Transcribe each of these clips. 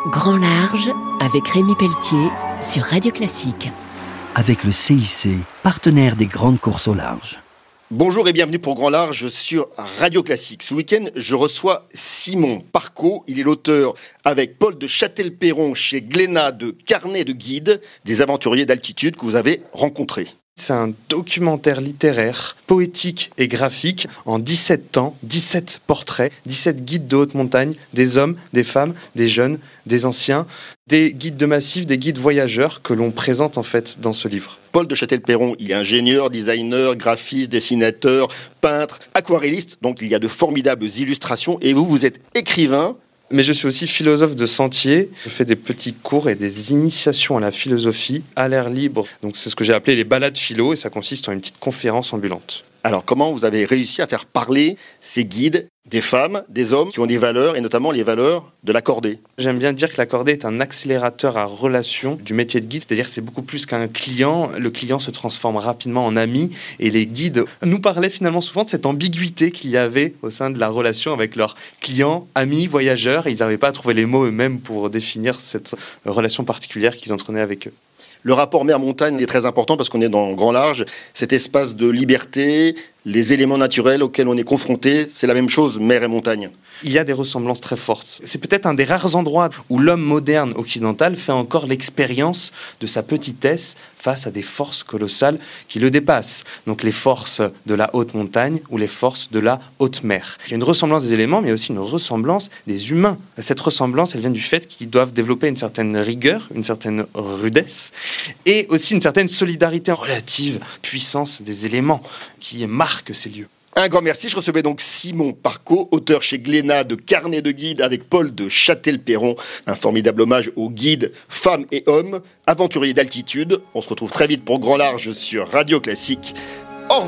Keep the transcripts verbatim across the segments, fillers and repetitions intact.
Grand Large avec Rémi Pelletier sur Radio Classique. Avec le C I C, partenaire des grandes courses au large. Bonjour et bienvenue pour Grand Large sur Radio Classique. Ce week-end, je reçois Simon Parco. Il est l'auteur, avec Paul de Châtel-Perron chez Glénat, de Carnet de guide des aventuriers d'altitude que vous avez rencontrés. C'est un documentaire littéraire, poétique et graphique en dix-sept temps, dix-sept portraits, dix-sept guides de haute montagne, des hommes, des femmes, des jeunes, des anciens, des guides de massif, des guides voyageurs que l'on présente en fait dans ce livre. Paul de Châtel-Perron, il est ingénieur, designer, graphiste, dessinateur, peintre, aquarelliste, donc il y a de formidables illustrations. Et vous, vous êtes écrivain. Mais je suis aussi philosophe de sentier. Je fais des petits cours et des initiations à la philosophie à l'air libre. Donc c'est ce que j'ai appelé les balades philo et ça consiste en une petite conférence ambulante. Alors comment vous avez réussi à faire parler ces guides des femmes, des hommes qui ont des valeurs et notamment les valeurs de la cordée? J'aime bien dire que la cordée est un accélérateur à relation du métier de guide, c'est-à-dire que c'est beaucoup plus qu'un client. Le client se transforme rapidement en ami et les guides nous parlaient finalement souvent de cette ambiguïté qu'il y avait au sein de la relation avec leurs clients, amis, voyageurs. Et ils n'arrivaient pas à trouver les mots eux-mêmes pour définir cette relation particulière qu'ils entretenaient avec eux. Le rapport mer-montagne est très important parce qu'on est dans Grand Large, cet espace de liberté, les éléments naturels auxquels on est confronté, c'est la même chose, mer et montagne. Il y a des ressemblances très fortes. C'est peut-être un des rares endroits où l'homme moderne occidental fait encore l'expérience de sa petitesse face à des forces colossales qui le dépassent. Donc les forces de la haute montagne ou les forces de la haute mer. Il y a une ressemblance des éléments, mais aussi une ressemblance des humains. Cette ressemblance, elle vient du fait qu'ils doivent développer une certaine rigueur, une certaine rudesse, et aussi une certaine solidarité relative, puissance des éléments qui marquent ces lieux. Un grand merci. Je recevais donc Simon Parco, auteur chez Glénat de Carnet de guide avec Paul de Châtel-Perron. Un formidable hommage aux guides, femmes et hommes, aventuriers d'altitude. On se retrouve très vite pour Grand Large sur Radio Classique. Au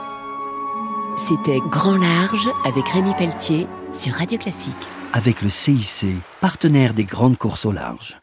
revoir. C'était Grand Large avec Rémi Pelletier sur Radio Classique. Avec le C I C, partenaire des grandes courses au large.